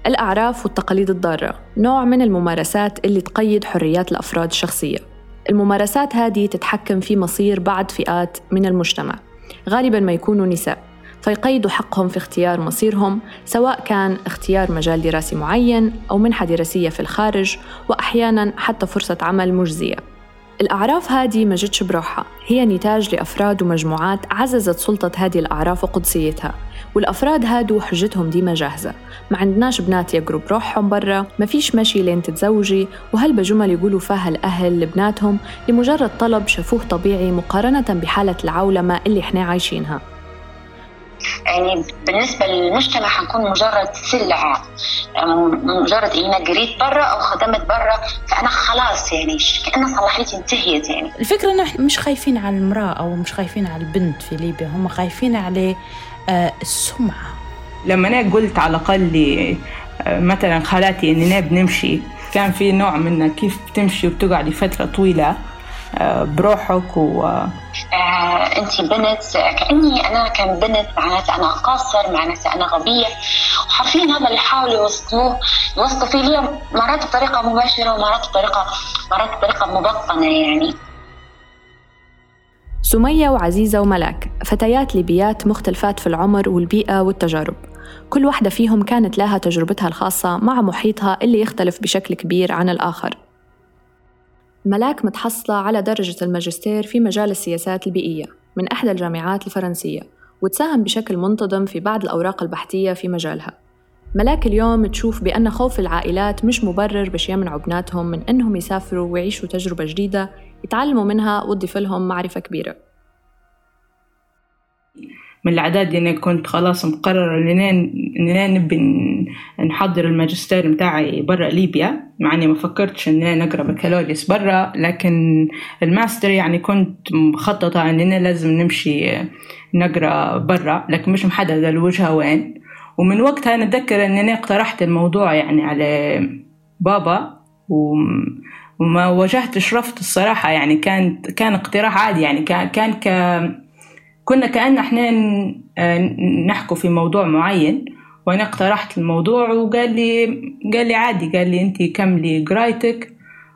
الأعراف والتقاليد الضارة نوع من الممارسات اللي تقيد حريات الأفراد الشخصية. الممارسات هذه تتحكم في مصير بعض فئات من المجتمع، غالباً ما يكونوا نساء، فيقيدوا حقهم في اختيار مصيرهم، سواء كان اختيار مجال دراسي معين أو منحة دراسية في الخارج، وأحياناً حتى فرصة عمل مجزية. الأعراف هذه ما جتش بروحها، هي نتاج لأفراد ومجموعات عززت سلطة هذه الأعراف وقدسيتها، والأفراد هادو حجتهم ديما جاهزة. ما عندناش بنات يقروا بروحهم برا، ما فيش مشي لين تتزوجي، وهلبة جمل يقولوا فيها الأهل لبناتهم لمجرد طلب شافوه طبيعي مقارنة بحالة العولمة اللي احنا عايشينها. يعني بالنسبة للمجتمع حنكون مجرد سلعة، مجرد إني قريت برا أو خدمت برا فأنا خلاص يعني كأن صلاحيتي انتهيت. يعني الفكرة إنه مش خايفين على المرأة أو مش خايفين على البنت في ليبيا، هم خايفين على السمعة. لما أنا قلت على الأقل مثلا خالاتي إننا بنمشي، كان في نوع من كيف بتمشي وبتقعدي فترة طويلة بروحك أنتي بنت، كأني أنا كان بنت معناتها أنا قاصر، معناتها أنا غبية، وحرفيا هذا اللي حاولوا يوصلوا فيه لي، مرات بطريقة مباشرة ومرات بطريقة مبطنة. يعني سمية وعزيزة وملاك فتيات ليبيات مختلفات في العمر والبيئة والتجارب، كل واحدة فيهم كانت لها تجربتها الخاصة مع محيطها اللي يختلف بشكل كبير عن الآخر. ملاك متحصلة على درجة الماجستير في مجال السياسات البيئية من إحدى الجامعات الفرنسية، وتساهم بشكل منتظم في بعض الأوراق البحثية في مجالها. ملاك اليوم تشوف بأن خوف العائلات مش مبرر باش يمنعوا بناتهم من أنهم يسافروا ويعيشوا تجربة جديدة يتعلموا منها وتضيف لهم معرفة كبيرة. من العداد أنا كنت خلاص مقررة إننا نبي نحضر الماجستير متاعي برا ليبيا، مع إني ما فكرتش إننا نقرأ بكالوريوس برا، لكن الماستر يعني كنت مخططة إننا لازم نمشي نقرأ برا، لكن مش محددة الوجهة وين. ومن وقتها نتذكر إننا اقترحت الموضوع يعني على بابا وما واجهتش رفض الصراحة. يعني كان اقتراح عادي، يعني كنا كأن احنا نحكوا في موضوع معين، وانا اقترحت الموضوع وقال لي عادي، قال لي انتي كملي قرايتك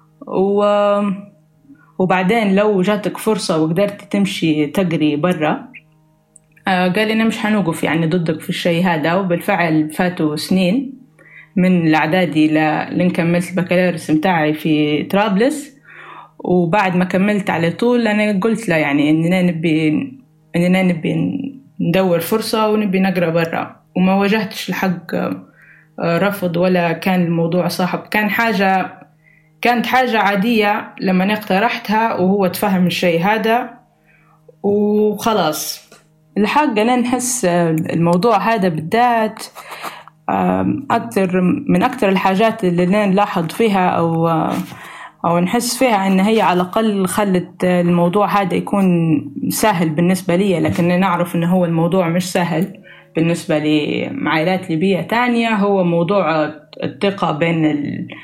وبعدين لو جاتك فرصة وقدرت تمشي تقري برا قال لي انا مش هنوقف يعني ضدك في الشيء هذا. وبالفعل فاتوا سنين من الإعدادي لين كملت البكالوريوس متاعي في طرابلس، وبعد ما كملت على طول أنا قلت له يعني إننا نبي ندور فرصة ونبي نقرأ برا، وما واجهتش الحق رفض ولا كان الموضوع صاحب. كانت حاجة عادية لما اقترحتها وهو تفهم الشيء هذا وخلاص. الحق أنا نحس الموضوع هذا بالذات من أكثر الحاجات اللي نلاحظ فيها أو نحس فيها إن هي على الأقل خلت الموضوع هذا يكون سهل بالنسبة لي، لكن نعرف إنه هو الموضوع مش سهل بالنسبة لعائلات ليبية تانية. هو موضوع الثقة بين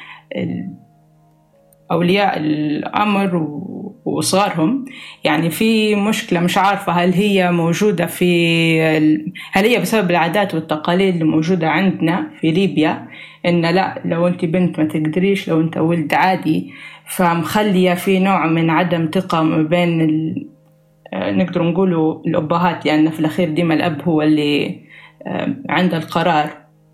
أولياء الأمر وصغارهم. يعني في مشكلة مش عارفة هل هي موجودة هل هي بسبب العادات والتقاليد اللي موجودة عندنا في ليبيا، إن لا لو أنت بنت ما تقدريش، لو أنت ولد عادي، فمخلية في نوع من عدم ثقة ما بين نقدر نقوله الأبهات، لأن يعني في الأخير ديما الأب هو اللي عنده القرار،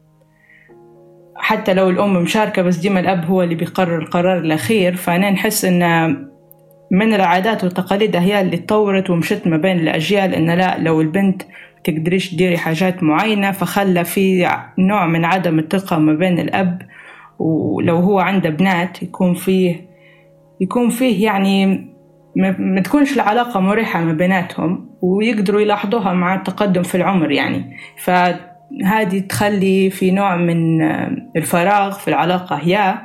حتى لو الأم مشاركة بس ديما الأب هو اللي بيقرر القرار الأخير. فأنا نحس إن من العادات والتقاليد هي اللي تطورت ومشت ما بين الأجيال، إن لا لو البنت تقدريش تديري حاجات معينة، فخلى في نوع من عدم الثقة ما بين الأب، ولو هو عنده بنات يكون فيه يعني ما تكونش العلاقة مريحة ما بيناتهم ويقدروا يلاحظوها مع التقدم في العمر. يعني فهذه تخلي في نوع من الفراغ في العلاقة هي،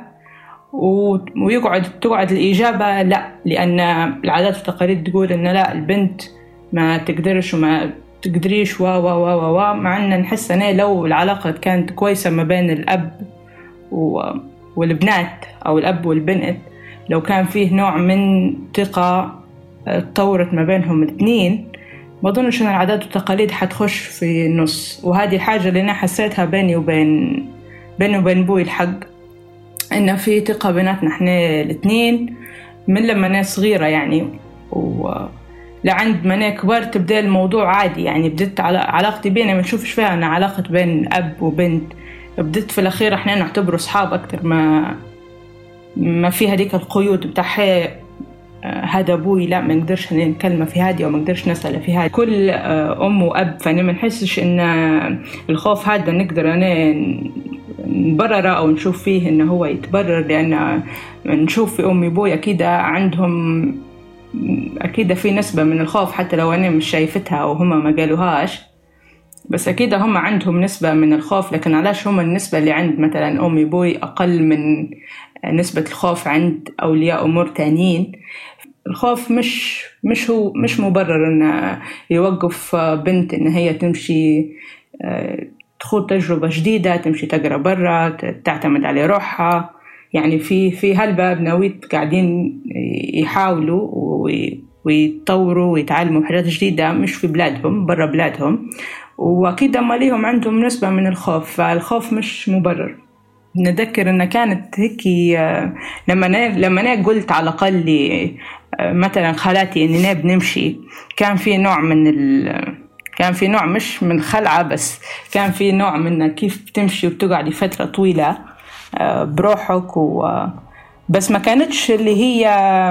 تقعد الإجابة لا، لأن العادات والتقاليد تقول إن لا البنت ما تقدرش وما تقدريش مع أن نحس أنه لو العلاقة كانت كويسة ما بين الأب والبنات أو الأب والبنت، لو كان فيه نوع من ثقة تطورت ما بينهم الاثنين، ما أظنش أن العادات والتقاليد حتخش في النص. وهذه الحاجة اللي أنا حسيتها بيني وبين بينه وبين بوي الحق إنه في ثقة بيناتنا إحنا الاثنين من لما أنا صغيرة يعني، لعند ما أنا كبرت بدأ الموضوع عادي يعني. بدت علاقتي بيني ما نشوفش فيها أنا علاقة بين أب وبنت، بدت في الأخير إحنا نعتبره أصحاب أكتر ما في هذيك القيود بتاعها هذا أبوي لا ما نقدرش نكلمه في هذه وما نقدرش نسأله في هذه. كل أم وأب، فأنا ما نحسش إن الخوف هذا نقدر أنا نبرره أو نشوف فيه إنه هو يتبرر، لأن نشوف في أمي وأبوي أكيد عندهم أكيد في نسبة من الخوف حتى لو أنا مش شايفتها أو هما ما قالوهاش، بس أكيد هم عندهم نسبة من الخوف. لكن علاش هم النسبة اللي عند مثلا أمي وأبوي أقل من نسبة الخوف عند أولياء أمور تانيين؟ الخوف مش مبرر إن يوقف بنت إن هي تمشي تخوض تجربة جديدة، تمشي تقرأ برا، تعتمد على روحها. يعني في هالباب نويت قاعدين يحاولوا ويتطوروا ويتعلموا حاجات جديدة مش في بلادهم، برا بلادهم، وأكيد ما ليهم عندهم نسبة من الخوف، فالخوف مش مبرر. نذكر إن كانت هيك لما أنا قلت على الأقل مثلا خالاتي إننا بنمشي، كان في نوع مش من خلعة، بس كان في نوع من كيف بتمشي وبتقعدي فترة طويلة بروحك بس ما كانتش اللي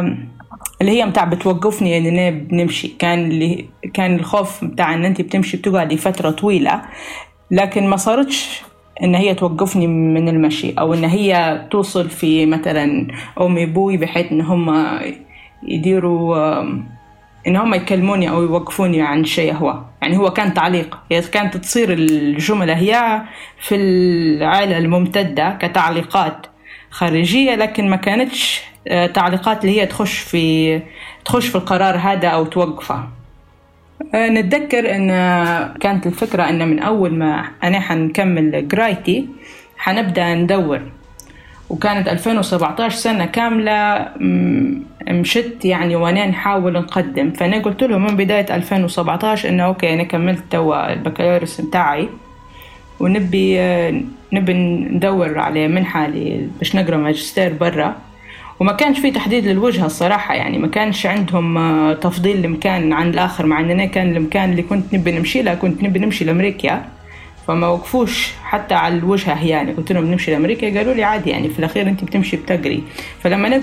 هي متاع بتوقفني إننا بنمشي. كان الخوف متاع إن أنت بتمشي بتقعدي فترة طويلة، لكن ما صارتش إن هي توقفني من المشي أو إن هي توصل في مثلا أمي بوي بحيث إن هم يديروا إن هم يكلموني أو يوقفوني عن شيء. هو كان تعليق، هي كانت تصير الجملة هي في العائلة الممتدة كتعليقات خارجية، لكن ما كانتش تعليقات اللي هي تخش في القرار هذا أو توقفه. نتذكر إن كانت الفكرة إن من أول ما أنا حنكمل قرايتي حنبدأ ندور، وكانت 2017 سنة كاملة مشت يعني وأنا نحاول نقدم. فأنا قلت لهم من بداية 2017 إنه أوكي أنا كملت توا البكالوريوس متاعي ونبي ندور على منحة باش نقرأ ماجستير برا، وما كانش في تحديد للوجهة الصراحة. يعني ما كانش عندهم تفضيل المكان عن الآخر، مع أننا كان المكان اللي كنت نبي نمشي له كنت نبي نمشي لأمريكا، فما وقفوش حتى على الوجهة هي. يعني قلت لهم نمشي لأمريكا، قالوا لي عادي يعني في الأخير أنت بتمشي بتقري. فلما أنا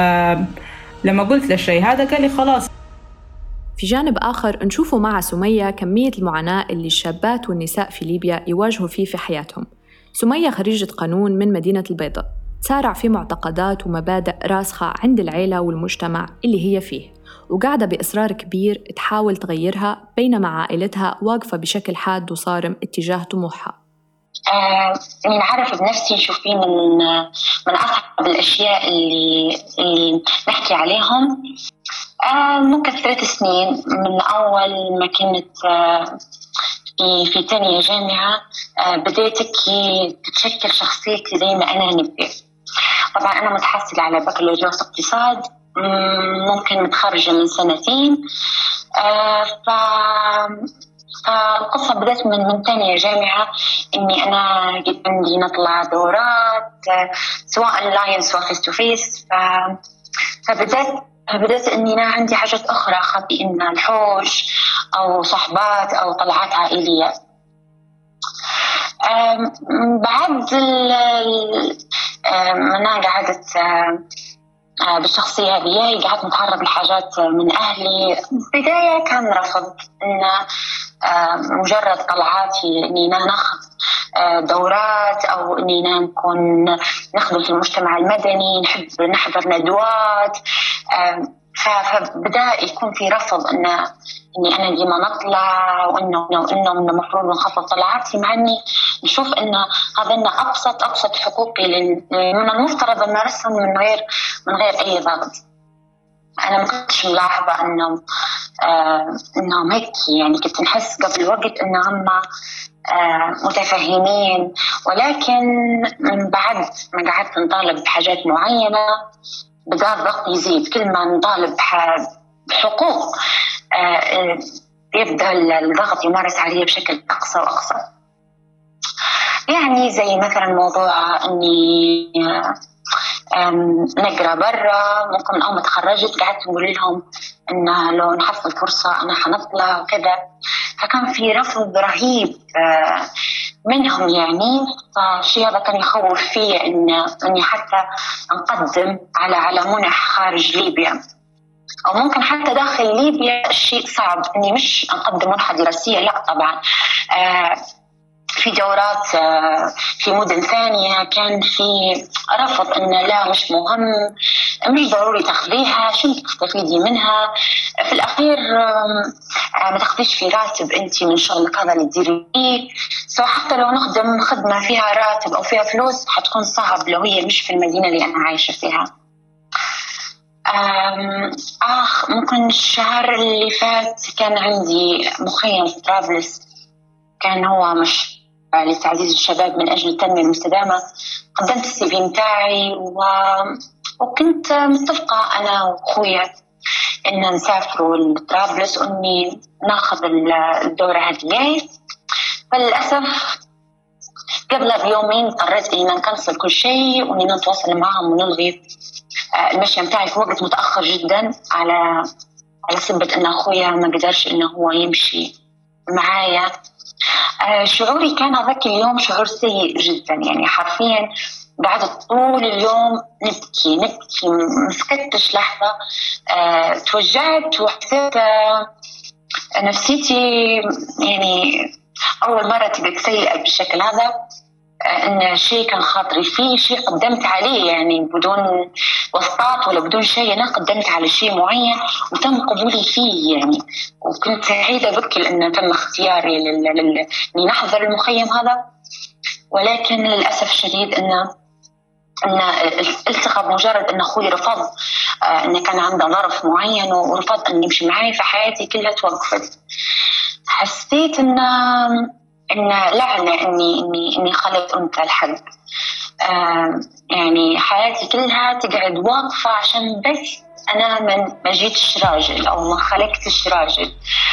لما قلت للشيء هذا قال لي خلاص. في جانب آخر نشوفوا مع سمية كمية المعاناة اللي الشابات والنساء في ليبيا يواجهوا فيه في حياتهم. سمية خريجة قانون من مدينة البيضاء، تسارع في معتقدات ومبادئ راسخة عند العيلة والمجتمع اللي هي فيه، وقاعدة بإصرار كبير تحاول تغيرها، بينما عائلتها واقفة بشكل حاد وصارم اتجاه طموحها. أنا عارف بنفسي شو في من أصعب الأشياء اللي نحكي عليهم. ممكن 3 سنين من أول ما كنت في تانية جامعة بديت تتشكل شخصيتي زي ما أنا نبي. طبعا أنا متحصلة على بكالوريوس اقتصاد، ممكن متخرجة من 2 سنين. فالقصة بدأت من تانية جامعة، إني أنا عندي نطلع دورات سواء لاين سواء فيس تو فيس. فبدأت إني أنا عندي حاجات أخرى خبي إن الحوش أو صحبات أو طلعات عائلية. بعد أنا قعدت بالشخصية هذه قعدت نتعرض لحاجات من أهلي. بداية كان رفض إن مجرد طلعاتي إننا ناخذ دورات أو إننا نكون نخدم في المجتمع المدني، نحب نحضر ندوات. فبدأ يكون في رفض إني أنا ديما نطلع وإنه المفروض نخفض طلعاتي، مع إني نشوف إن هذا أبسط حقوقي من المفترض أن نرسم من غير أي ضغط. أنا ما كنتش ملاحظة إنهم هيك، يعني كنت نحس قبل وقت إنهم متفهمين، ولكن من بعد ما قعدت نطالب بحاجات معينة بدأ الضغط يزيد. كل ما نطالب بحقوق يبدأ الضغط يمارس علي بشكل أقصى وأقصى. يعني زي مثلا موضوع إني نقرأ برا. ممكن أول ما تخرجت قعدت نقول لهم إن لو نحصل فرصة أنا حنطلع وكذا، فكان في رفض رهيب منهم يعني. فالشيء هذا كان يخوف فيه إني حتى أقدم على منح خارج ليبيا، أو ممكن حتى داخل ليبيا. الشيء صعب إني مش أقدم منحة دراسية، لا طبعا. في دورات في مدن ثانية كان في رفض إنه لا مش مهم، مش ضروري تاخذيها، شو تستفيدي منها في الأخير؟ ما تاخذيش في راتب أنت من شغلك هذا اللي تديريه، سواء حتى لو نخدم خدمة فيها راتب أو فيها فلوس حتكون صعب لو هي مش في المدينة اللي أنا عايشة فيها. ممكن الشهر اللي فات كان عندي مخيم في طرابلس، كان هو مش لتعزيز الشباب من أجل التنمية المستدامة. قدمت السي في متاعي وكنت متفقة أنا وأخويا إن نسافروا لطرابلس وإني ناخذ الدورة هذه. فللأسف قبل بيومين اضطريت إني نكنسل كل شيء وإني نتواصل معهم ونلغي المشي متاعي في وقت متأخر جدا، على سبب إن أخويا ما قدرش إنه هو يمشي معايا. شعوري كان هذاك اليوم شعور سيء جدا، يعني حرفيا قعدت طول اليوم نبكي مسكتش لحظة. توجعت وحسيت نفسيتي يعني أول مرة تبقى سيئة بالشكل هذا. إن شيء كان خاطري فيه، شيء قدمت عليه يعني بدون وسطات ولا بدون شيء، أنا قدمت على شيء معين وتم قبولي فيه يعني. وكنت سعيدة بك لأن تم اختياري إني نحضر المخيم هذا. ولكن للأسف الشديد إن التقى بمجرد إن أخوي رفض، إن كان عنده ظرف معين ورفض أن يمشي معي، فحياتي كلها توقفت. حسيت إن لعنة إني خليت أنت الحق. يعني حياتي كلها تقعد واقفة عشان بس أنا ما جيتش راجل أو ما خلقتش راجل.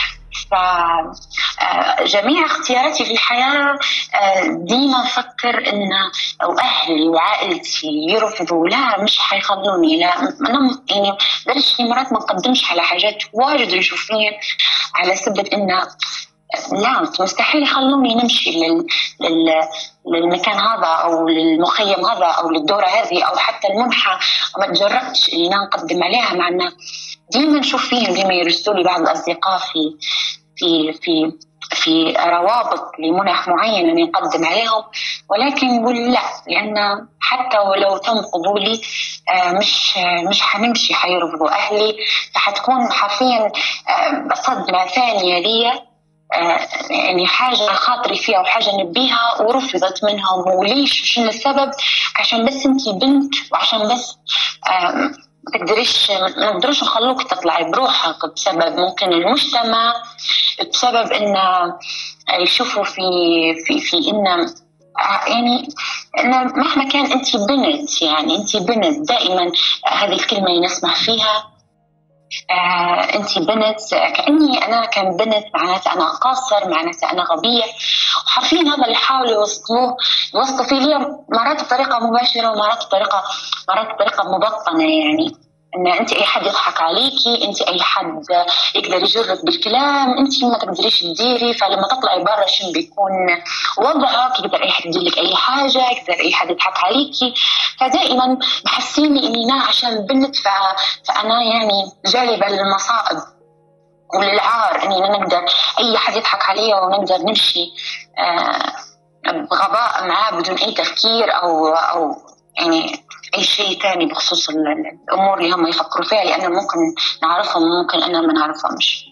فجميع اختياراتي في الحياة ديما أفكر إن أو أهلي وعائلتي يرفضوا، لا مش حيخلوني، لا أنا يعني درش في مرات ما نقدمش على حاجات واجد نشوفين على سبب إن لا مستحيل يخلوني نمشي للمكان هذا أو للمخيم هذا أو للدورة هذه أو حتى المنحة. وما تجربتش إني نقدم عليها، مع أنه ديما نشوف فيهم ديما يرسلوا لي بعض الأصدقاء في روابط لمنح معينة أن يقدم عليهم، ولكن نقول لا، لأن حتى ولو تم قبولي مش حنمشي، حيرفضوا أهلي، فحتكون حرفيا صدمة ثانية لي. يعني حاجة خاطري فيها وحاجة نبيها ورفضت منهم. وليش؟ شنو السبب؟ عشان بس انتي بنت، وعشان بس ما نقدرش نخلوك تطلعي بروحك بسبب ممكن المجتمع، بسبب ان يشوفوا في ان يعني ان مهما كان انتي بنت، يعني انتي بنت دائما هذه الكلمة نسمع فيها. أنتي بنت، كأني أنا كان بنت معناتها أنا قاصر، معناتها أنا غبية. وحرفيا هذا اللي حاولوا يوصلوا فيه لي، مرات بطريقة مباشرة ومرات بطريقة مبطنة. يعني إن أنت أي حد يضحك عليكي، أنت أي حد يقدر يجرك بالكلام، أنت ما تقدريش تديري. فلما تطلعي برا شنو بيكون وضعك؟ يقدر أي حد يدير لك أي حاجة، يقدر أي حد يضحك عليكي. فدائما بحسيني إني أنا عشان بنت فأنا يعني جالبة للمصائب وللعار، إني أنا نقدر أي حد يضحك عليا ونقدر نمشي بغباء معاه بدون أي تفكير أو يعني أي شيء تاني بخصوص الأمور اللي هم يفكروا فيها، لأنه ممكن نعرفهم وممكن أنا ما نعرفهمش.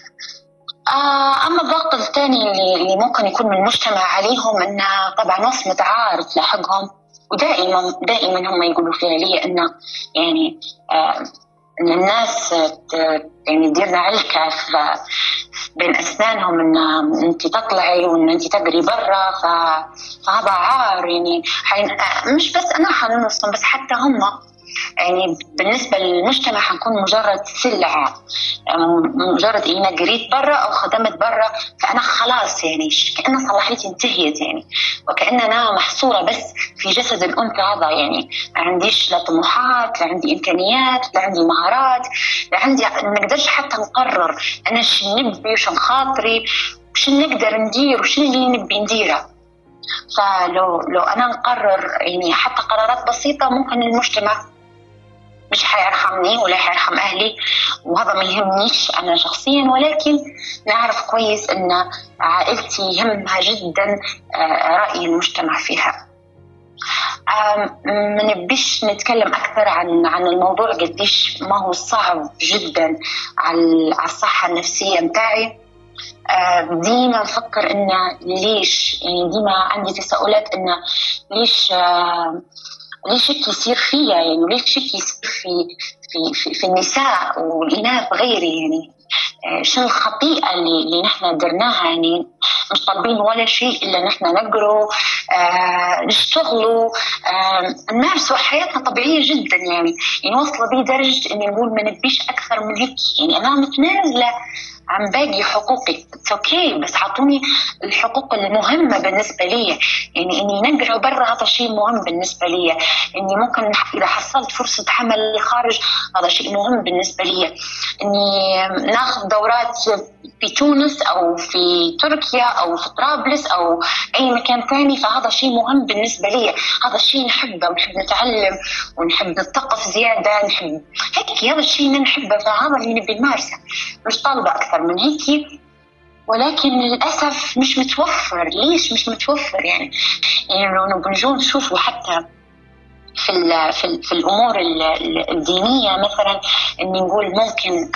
أما الضغط الثاني اللي ممكن يكون من المجتمع عليهم، إن طبعا وصمة عار تلاحقهم، ودائما هم يقولوا فيها لي إن يعني إن الناس يعني ديرنا علكة بين أسنانهم إن أنت تطلعي وإن أنت تقري برا، فهذا عار. يعني مش بس أنا حنوصهم، بس حتى هم يعني بالنسبة للمجتمع حنكون مجرد سلعة، مجرد أنا قريت برا أو خدمت برا فأنا خلاص يعني كأن صلاحيتي انتهيت يعني، وكأن أنا محصورة بس في جسد الأنثى هذا. يعني ما عنديش لا طموحات، لا عندي إمكانيات، لا عندي مهارات، لا عندي، ما نقدرش حتى نقرر أنا شو نبي وشو خاطري وشو نقدر ندير وشو اللي نبي نديره. فلو أنا نقرر يعني حتى قرارات بسيطة ممكن المجتمع مش حيرحمني ولا حيرحم أهلي، وهذا ما يهمنيش أنا شخصيا، ولكن نعرف كويس أن عائلتي يهمها جدا رأي المجتمع فيها. ما نبيش نتكلم أكثر عن الموضوع قديش ما هو صعب جدا على الصحة النفسية متاعي. ديما نفكر إن ليش، يعني ديما عندي تساؤلات إن ليش هيك يصير فيا، يعني ليش هيك يصير في النساء والإناث غيري، يعني شو الخطيئة اللي نحن درناها، يعني مش طالبين ولا شيء إلا نحن نقروا نشتغلوا نمارسوا حياتنا طبيعية جدا. يعني وصل بي درجة إني نقول ما نبيش أكثر من هيك، يعني أنا متنازلة عن باقي حقوقي اوكي، بس عطوني الحقوق المهمة بالنسبة لي. يعني اني نقرأ برا هذا شيء مهم بالنسبة لي، اني ممكن اذا حصلت فرصة عمل خارج هذا شيء مهم بالنسبة لي، اني ناخذ دورات في تونس او في تركيا او في طرابلس او اي مكان ثاني، فهذا شيء مهم بالنسبة لي، هذا الشيء نحبه ونحب نتعلم ونحب نثقف زيادة، نحب هيك، هذا الشيء نحبه، فهذا اللي نبي نمارسه، مش طالبة أكثر من هيك. ولكن للأسف مش متوفر. ليش مش متوفر؟ يعني لو نجون نشوفوا حتى في الأمور الدينية مثلا، إني نقول ممكن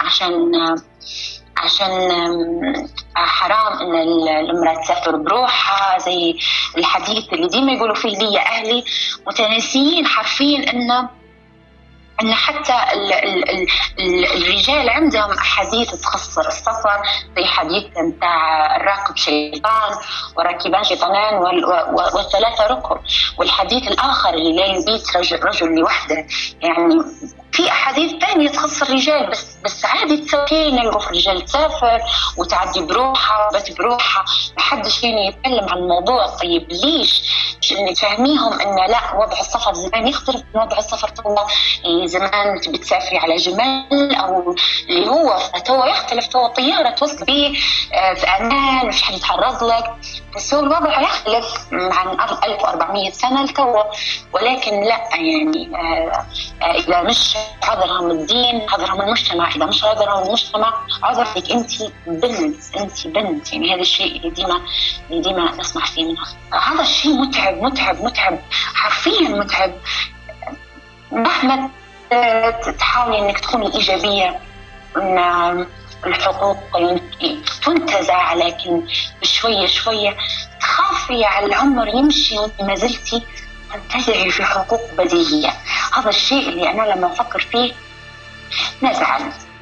عشان حرام إن المرأة تسافر بروحها، زي الحديث اللي ديما يقولوا فيه لي أهلي متناسيين حرفيا أن حتى الرجال عندهم أحاديث تخصر السفر، زي حديث متاع الراكب شيطان وراكبان شيطانان والثلاثة ركب، والحديث الآخر اللي لا يبيت رجل لوحده. يعني في أحاديث تانية تخص الرجال، بس عادي تسوي نلقوا الرجال تسافر وتعدي بروحها وبت بروحها، محدش يعني يتكلم عن الموضوع. طيب ليش؟ نفهميهم إن لا، وضع السفر زمان يختلف من وضع السفر طول. زمان تبي تسافري على جمال أو اللي هو فتوى يختلف، تو طيارة توصل بيه في أمان، مش حد يتعرض لك، بس هو الوضع يختلف عن 1400 سنة لتوا. ولكن لا، يعني إذا مش عذرهم الدين عذرهم المجتمع، إذا مش عذرهم المجتمع عذرك أنت بنت. يعني هذا الشيء اللي ديما نسمع فيه منها. هذا الشيء متعب حرفيا متعب. مهما تحاولي انك تكوني ايجابيه ان الحقوق تنتزع، لكن شويه تخافي على العمر يمشي وانت ما زلتي تنتزعي في حقوق بديهيه. هذا الشيء اللي انا لما افكر فيه نزعل.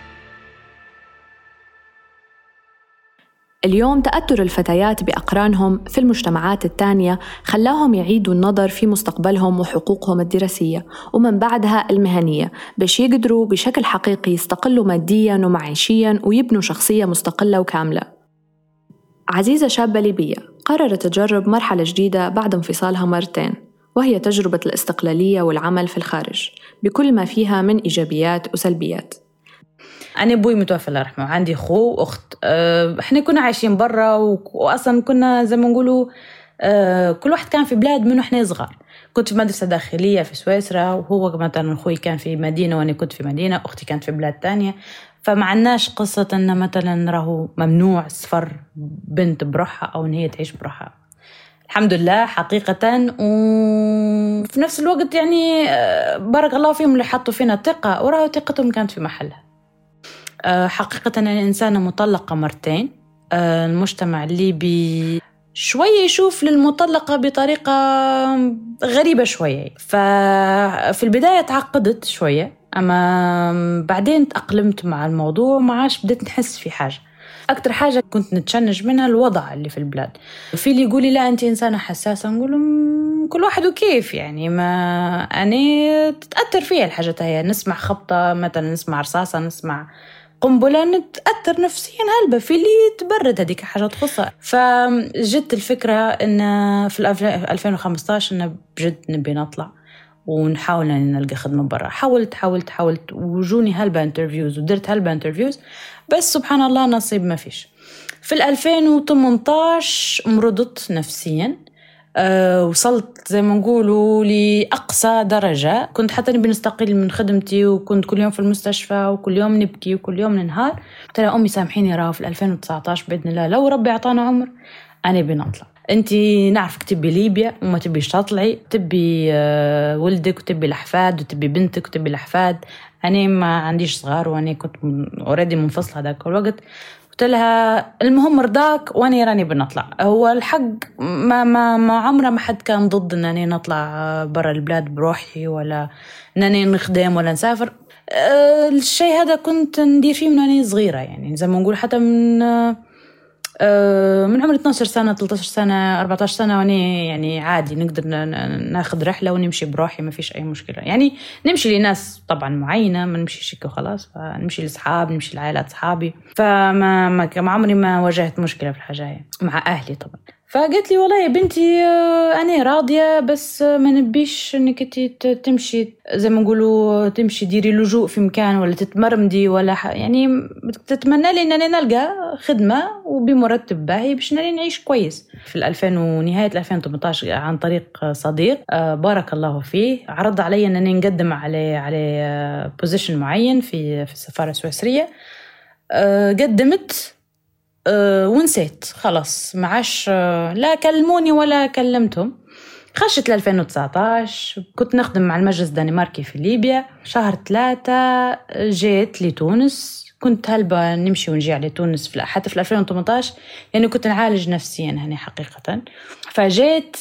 اليوم تأثر الفتيات بأقرانهم في المجتمعات التانية خلاهم يعيدوا النظر في مستقبلهم وحقوقهم الدراسية ومن بعدها المهنية، باش يقدروا بشكل حقيقي يستقلوا مادياً ومعيشياً ويبنوا شخصية مستقلة وكاملة. عزيزة شابة ليبية قررت تجرب مرحلة جديدة بعد انفصالها مرتين، وهي تجربة الاستقلالية والعمل في الخارج بكل ما فيها من إيجابيات وسلبيات. أنا أبوي متوفى الله يرحمه، عندي أخو وأخت، إحنا كنا عايشين برا وأصلا كنا زي ما نقولوا كل واحد كان في بلاد منه إحنا صغار. كنت في مدرسة داخلية في سويسرا، وهو مثلا أخوي كان في مدينة وأنا كنت في مدينة، أختي كانت في بلاد تانية. فما عندناش قصة أن مثلا راهو ممنوع السفر بنت بروحها أو أن هي تعيش بروحها، الحمد لله حقيقة. وفي نفس الوقت يعني بارك الله فيهم اللي حطوا فينا ثقة، وراهو ثقتهم كانت في محلها. حقيقة أنا إنسانة مطلقة مرتين. المجتمع الليبي شوية يشوف للمطلقة بطريقة غريبة شوية، ففي البداية تعقدت شوية، أما بعدين تأقلمت مع الموضوع وما عادش بديت نحس في حاجة. أكتر حاجة كنت نتشنج منها الوضع اللي في البلاد. في اللي يقولي لا أنت إنسانة حساسة، نقول كل واحد وكيف يعني. ما أنا تتأثر فيها الحاجات هي، نسمع خبطة مثلا، نسمع رصاصة، نسمع قنبلة، نتأثر نفسيا هلبة في اللي تبرد، هذيك حاجة تخصها. فجت الفكرة إن في 2015 إن بجد نبي نطلع ونحاول أن نلقى خدمة برا. حاولت وجوني هلبة انترفيوز ودرت هلبة انترفيوز، بس سبحان الله نصيب ما فيش. في 2018 مرضت نفسيا، وصلت زي ما نقولوا لأقصى درجة. كنت حتى نبي نستقيل من خدمتي، وكنت كل يوم في المستشفى وكل يوم نبكي وكل يوم ننهار. قلت لها أمي سامحيني، راه في 2019 بإذن الله لو ربي أعطانا عمر أنا بنطلع. أنتي نعرفك تبي ليبيا وما تبيش تطلعي، تبي ولدك وتبي الأحفاد وتبي بنتك وتبي الأحفاد. أنا ما عنديش صغار وأنا كنت أوريدي منفصلة هذاك الوقت. قلت لها المهم رضاك وأنا راني بنطلع. هو الحق ما عمره ما حد كان ضد أنني نطلع برا البلاد بروحي، ولا أنني نخدم ولا نسافر. الشيء هذا كنت ندير فيه من أنا صغيرة، يعني زي ما نقول حتى من عمر 12 سنة 13 سنة 14 سنة وأنا يعني عادي نقدر ناخد رحلة ونمشي بروحي، ما فيش أي مشكلة. يعني نمشي لناس طبعا معينة، ما نمشي شيك وخلاص، فنمشي لأصحاب، نمشي لعائلات أصحابي. فما عمري ما واجهت مشكلة في الحاجة هي مع أهلي طبعا. فقالت لي والله يا بنتي أنا راضية، بس ما نبيش أنك تمشي زي ما نقولوا تمشي ديري لجوء في مكان ولا تتمرمدي ولا يعني تتمنى لي أنني نلقى خدمة وبمرتب باهي باش نعيش كويس. في نهاية 2018 عن طريق صديق بارك الله فيه عرض علي أنني نقدم على بوزيشن معين في السفارة السويسرية. قدمت ونسيت خلاص، معاش لا كلموني ولا كلمتهم. خشت 2019 كنت نخدم مع المجلس الدنماركي في ليبيا. شهر 3 جيت لتونس. كنت هلبة نمشي ونجي على تونس حتى في 2018 يعني كنت نعالج نفسيا هني حقيقة. فجيت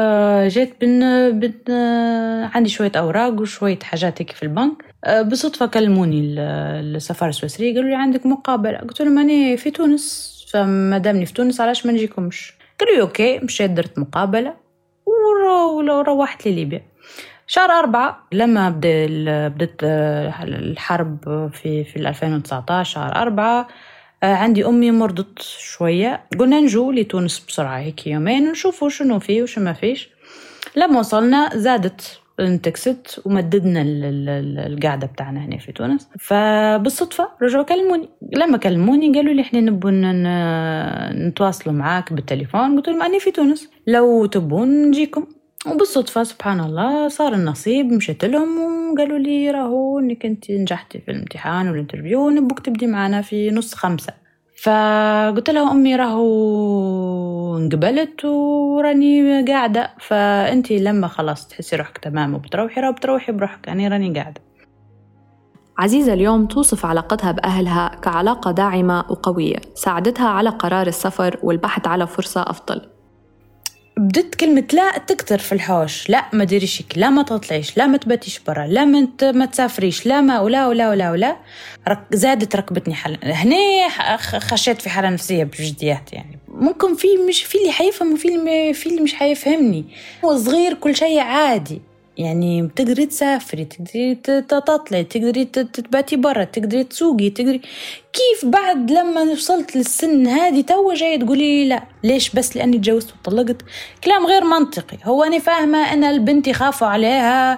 عندي شوية أوراق وشوية حاجات في البنك. بصدفة كلموني السفارة السويسرية قالوا لي عندك مقابلة. قلت لهم أنا في تونس، فما دامني في تونس علاش ما نجيكمش؟ قالوا لي أوكي. مشيت درت مقابلة وروحت لليبيا. شهر 4 لما بدت الحرب في 2019 شهر 4 عندي أمي مرضت شوية. قلنا نجو لتونس بسرعة هيك يومين ونشوفوا شنو فيه وشو ما فيش. لما وصلنا زادت انتكست ومددنا القاعدة بتاعنا هنا في تونس. فبالصدفة رجعوا كلموني. لما كلموني قالوا لي إحنا نبون نتواصلوا معاك بالتليفون. قلت لهم أنا في تونس لو تبون نجيكم. وبالصدفة سبحان الله صار النصيب، مشيت لهم وقالوا لي راهو إنك أنت نجحتي في الامتحان والانترفيو ونبوك تبدي معنا في نص 5. فقلت لها أمي راهو انقبلت وراني قاعدة، فأنتي لما خلاص تحسي روحك تمام وبتروحي بروحك، أنا راني قاعدة. عزيزة اليوم توصف علاقتها بأهلها كعلاقة داعمة وقوية ساعدتها على قرار السفر والبحث على فرصة أفضل. بدت كلمة لا تكتر في الحوش. لا ما ديريشك، لا ما تطلعيش، لا ما تباتيش برا، لا ما تسافريش، لا ما ولا زادت ركبتني حالة. هنا خشيت في حالة نفسية بجديات. يعني ممكن مش في اللي حيفهم وفي اللي مش حيفهمني. هو صغير كل شيء عادي، يعني بتقدري تسافري، تقدري تطلعي، تقدري تباتي برا، تقدري تسوقي، تقدري كيف. بعد لما وصلت للسن هذه تو جاي تقولي لا ليش؟ بس لأني تجوزت وطلقت. كلام غير منطقي. هو أنا فاهمة أن البنت يخافوا عليها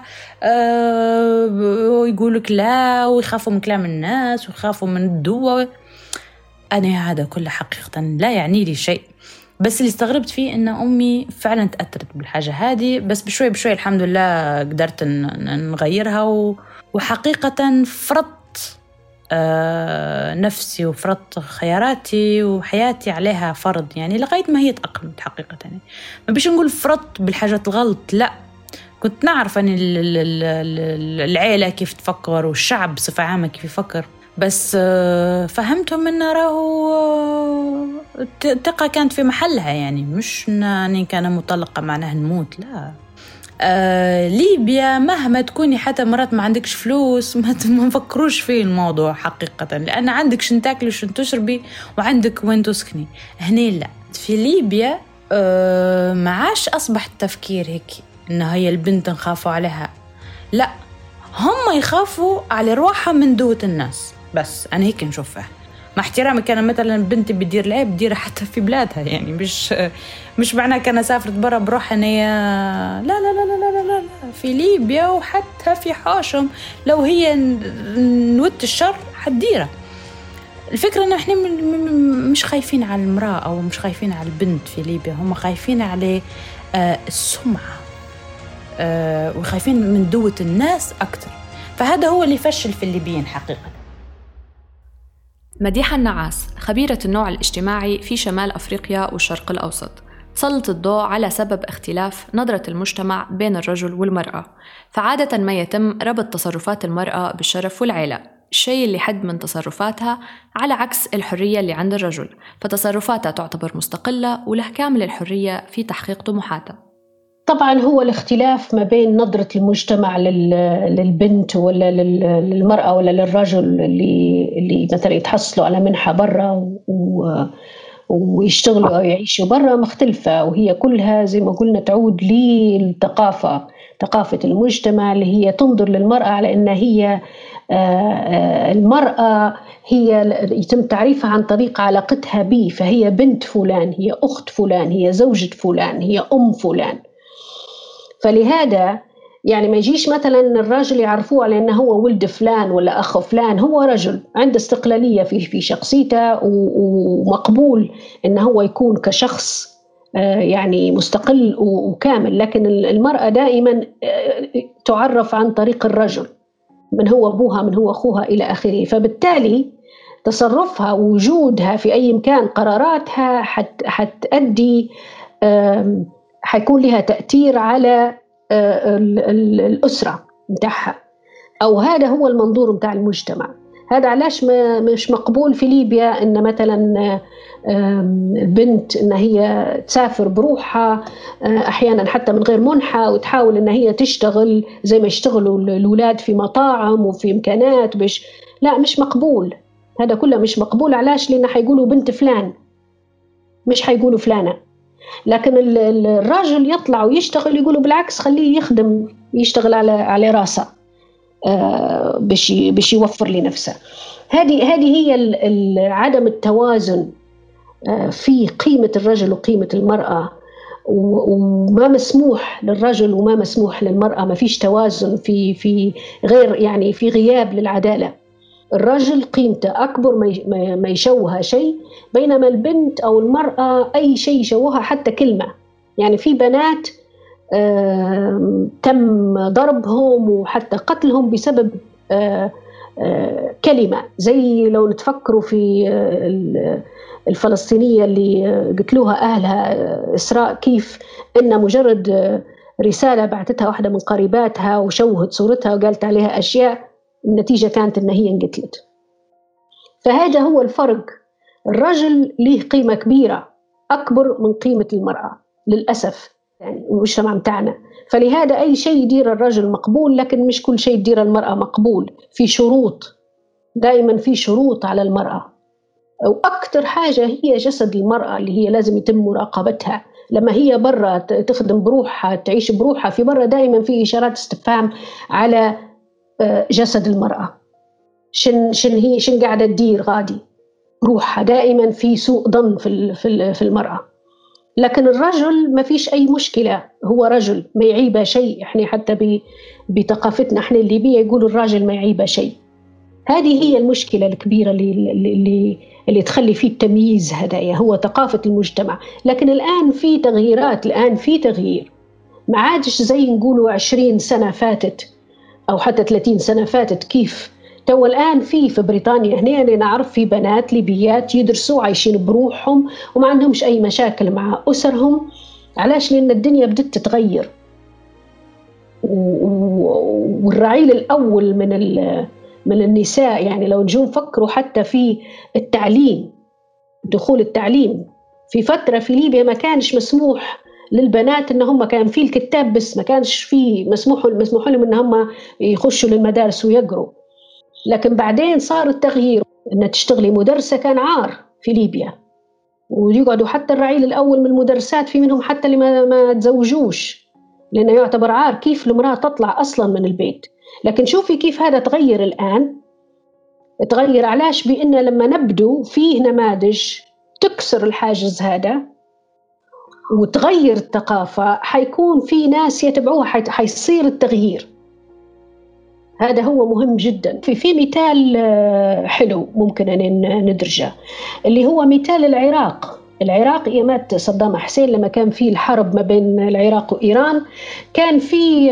ويقولك لا، ويخافوا من كلام الناس ويخافوا من الدواء. أنا هذا كله حقيقة لا يعني لي شيء. بس اللي استغربت فيه إن أمي فعلا تأثرت بالحاجة هذه، بس بشوي الحمد لله قدرت نغيرها. وحقيقة فرضت نفسي وفرضت خياراتي وحياتي عليها فرض، يعني لغاية ما هي تأقلمت حقيقة. يعني ما بيش نقول فرضت بالحاجات الغلط، لا، كنت نعرف أن العائلة كيف تفكر والشعب بصفة عامة كيف يفكر، بس فهمتهم أن راهو الثقة كانت في محلها. يعني مش أنني كان مطلقة معناها نموت، لا. ليبيا مهما تكوني حتى مرات ما عندكش فلوس ما نفكروش فيه الموضوع حقيقة، لأن عندك شن تاكلي وشن تشربي وعندك وين تسكني. هنا لا، في ليبيا ما عاش أصبح التفكير هيك. إن هي البنت نخافوا عليها، لا، هم يخافوا على روحها من دوة الناس. بس أنا هيك نشوفها، مع احترامي. كان مثلا بنتي بتدير العيب بديرها حتى في بلادها، يعني مش معناه كان سافرت برا بروح أنا لا لا لا لا لا لا لا، في ليبيا وحتى في حاشم لو هي نوت الشر حديرها. الفكرة إن إحنا مش خايفين على المرأة أو مش خايفين على البنت في ليبيا، هم خايفين على السمعة وخايفين من دوة الناس أكتر. فهذا هو اللي يفشل في الليبيين حقيقة. مديحة النعاس خبيرة النوع الاجتماعي في شمال أفريقيا والشرق الأوسط تسلط الضوء على سبب اختلاف نظرة المجتمع بين الرجل والمرأة. فعادة ما يتم ربط تصرفات المرأة بالشرف والعيلة، الشيء اللي حد من تصرفاتها، على عكس الحرية اللي عند الرجل، فتصرفاتها تعتبر مستقلة وله كامل الحرية في تحقيق طموحاتها. طبعا هو الاختلاف ما بين نظرة المجتمع للبنت ولا للمرأة ولا للرجل اللي مثلا يتحصلوا على منحة برا ويشتغلوا أو يعيشوا برا مختلفة، وهي كلها زي ما قلنا تعود ثقافة المجتمع اللي هي تنظر للمرأة على أنها هي المرأة هي يتم تعريفها عن طريق علاقتها به، فهي بنت فلان، هي أخت فلان، هي زوجة فلان، هي أم فلان. فلهذا يعني ما يجيش مثلا الرجل يعرفوه على أنه هو ولد فلان ولا أخ فلان، هو رجل عنده استقلالية في شخصيته ومقبول أنه هو يكون كشخص يعني مستقل وكامل. لكن المرأة دائما تعرف عن طريق الرجل، من هو أبوها، من هو أخوها إلى آخره. فبالتالي تصرفها ووجودها في أي مكان، قراراتها حتؤدي حيكون لها تأثير على الأسرة متاعها، أو هذا هو المنظور متاع المجتمع. هذا علاش مش مقبول في ليبيا إن مثلا البنت إن هي تسافر بروحها أحيانا حتى من غير منحة وتحاول إن هي تشتغل زي ما يشتغلوا الأولاد في مطاعم وفي إمكانات لا، مش مقبول. هذا كله مش مقبول. علاش؟ لأن حيقولوا بنت فلان، مش حيقولوا فلانة. لكن الراجل يطلع ويشتغل يقولوا بالعكس خليه يخدم، يشتغل على راسه باش يوفر لنفسه. هذه هي عدم التوازن في قيمة الرجل وقيمة المرأة، وما مسموح للرجل وما مسموح للمرأة. ما فيش توازن في غير يعني في غياب للعدالة. الرجل قيمته أكبر ما يشوها شيء، بينما البنت أو المرأة أي شيء يشوها، حتى كلمة. يعني في بنات تم ضربهم وحتى قتلهم بسبب كلمة، زي لو نتفكروا في الفلسطينية اللي قتلوها أهلها إسراء، كيف إن مجرد رسالة بعتتها واحدة من قريباتها وشوهت صورتها وقالت عليها أشياء، النتيجة كانت إن هي انقتلت. فهذا هو الفرق. الرجل له قيمة كبيرة أكبر من قيمة المرأة للأسف، يعني المجتمع متاعنا. فلهذا أي شيء يدير الرجل مقبول، لكن مش كل شيء يدير المرأة مقبول. في شروط، دائما في شروط على المرأة. وأكثر حاجة هي جسد المرأة اللي هي لازم يتم مراقبتها. لما هي برا تخدم بروحها، تعيش بروحها، في برا دائما في إشارات استفهام على جسد المرأة. شن قاعدة تدير غادي روحها، دائما في سوء ظن في المرأة. لكن الرجل ما فيش أي مشكلة، هو رجل ما يعيبه شيء. إحنا حتى بثقافتنا إحنا الليبية يقولوا الراجل ما يعيبه شيء. هذه هي المشكلة الكبيرة اللي تخلي فيه التمييز. هذا هو ثقافة المجتمع. لكن الآن في تغييرات، الآن في تغيير، ما عادش زي نقولوا 20 سنة فاتت أو حتى 30 سنة فاتت. كيف تو الآن في بريطانيا هنا أنا نعرف في بنات ليبيات يدرسوا عايشين بروحهم وما عندهمش أي مشاكل مع أسرهم. علاش؟ لأن الدنيا بدأت تتغير، والرعيل الأول من النساء، يعني لو نجوا نفكروا حتى في التعليم، دخول التعليم في فترة في ليبيا ما كانش مسموح للبنات إن هم كان في الكتاب بس، ما كانش في مسموح لهم إن هم يخشوا للمدارس ويقروا. لكن بعدين صار التغيير، إن تشتغلي مدرسة كان عار في ليبيا، ويقعدوا حتى الرعيل الأول من المدرسات في منهم حتى اللي ما تزوجوش لأنه يعتبر عار كيف المرأة تطلع أصلا من البيت. لكن شوفي كيف هذا تغير الآن، تغير علاش؟ بأن لما نبدو فيه نماذج تكسر الحاجز هذا وتغير الثقافة، حيكون في ناس يتبعوها، حيصير التغيير. هذا هو مهم جدا. في مثال حلو ممكن أن ندرجه، اللي هو مثال العراق إيامات صدام حسين، لما كان في الحرب ما بين العراق وإيران، كان في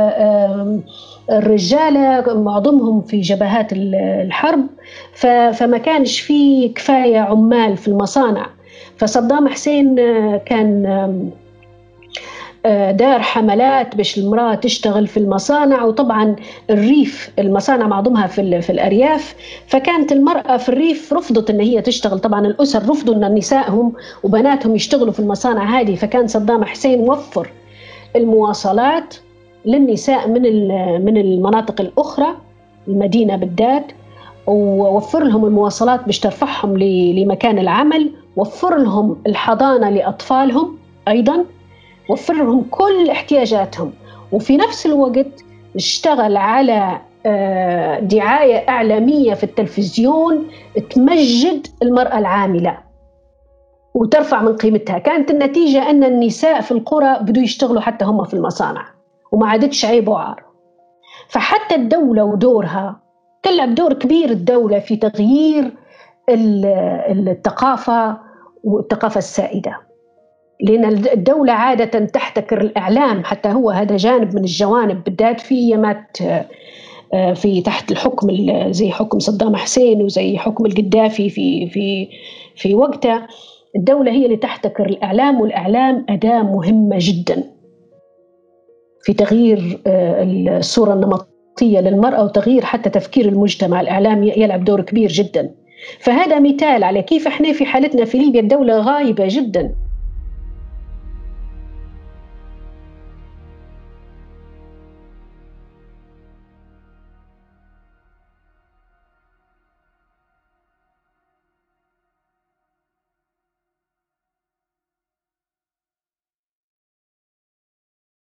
الرجالة معظمهم في جبهات الحرب، فما كانش في كفاية عمال في المصانع. فصدام حسين كان دار حملات باش المرأة تشتغل في المصانع، وطبعا الريف المصانع معظمها في الأرياف، فكانت المرأة في الريف رفضت أن هي تشتغل. طبعا الأسر رفضوا أن نسائهم وبناتهم يشتغلوا في المصانع هذه، فكان صدام حسين وفر المواصلات للنساء من المناطق الأخرى، المدينة بالذات، ووفر لهم المواصلات باش ترفعهم لمكان العمل، وفر لهم الحضانة لأطفالهم أيضاً، وفر لهم كل احتياجاتهم. وفي نفس الوقت اشتغل على دعاية إعلامية في التلفزيون تمجد المرأة العاملة وترفع من قيمتها. كانت النتيجة أن النساء في القرى بدوا يشتغلوا حتى هم في المصانع، وما عادتش عيب وعار. فحتى الدولة ودورها تلعب دور كبير، الدولة في تغيير الثقافة والثقافة السائدة، لأن الدولة عادة تحتكر الإعلام، حتى هو هذا جانب من الجوانب، بالذات في أيامات في تحت الحكم زي حكم صدام حسين وزي حكم القذافي في وقتها. الدولة هي اللي تحتكر الإعلام، والإعلام أداة مهمة جدا في تغيير الصورة النمطية للمرأة وتغيير حتى تفكير المجتمع. الإعلام يلعب دور كبير جدا. فهذا مثال على كيف احنا في حالتنا في ليبيا الدولة غايبة جدا.